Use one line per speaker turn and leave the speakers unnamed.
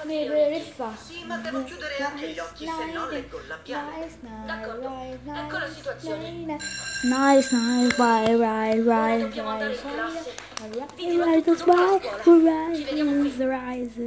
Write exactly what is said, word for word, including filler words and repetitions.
Mirror fa.
Sì, ma devo chiudere anche gli occhi, se no leggo il labiale.
D'accordo, ecco la situazione.
Nice, nice, right, right,
Ora
right,
dobbiamo andare
right,
in classe.
right,
Vi dirò
right,
tutto
that's
dopo la
right,
scuola.
right,
Ci vediamo qui.
right,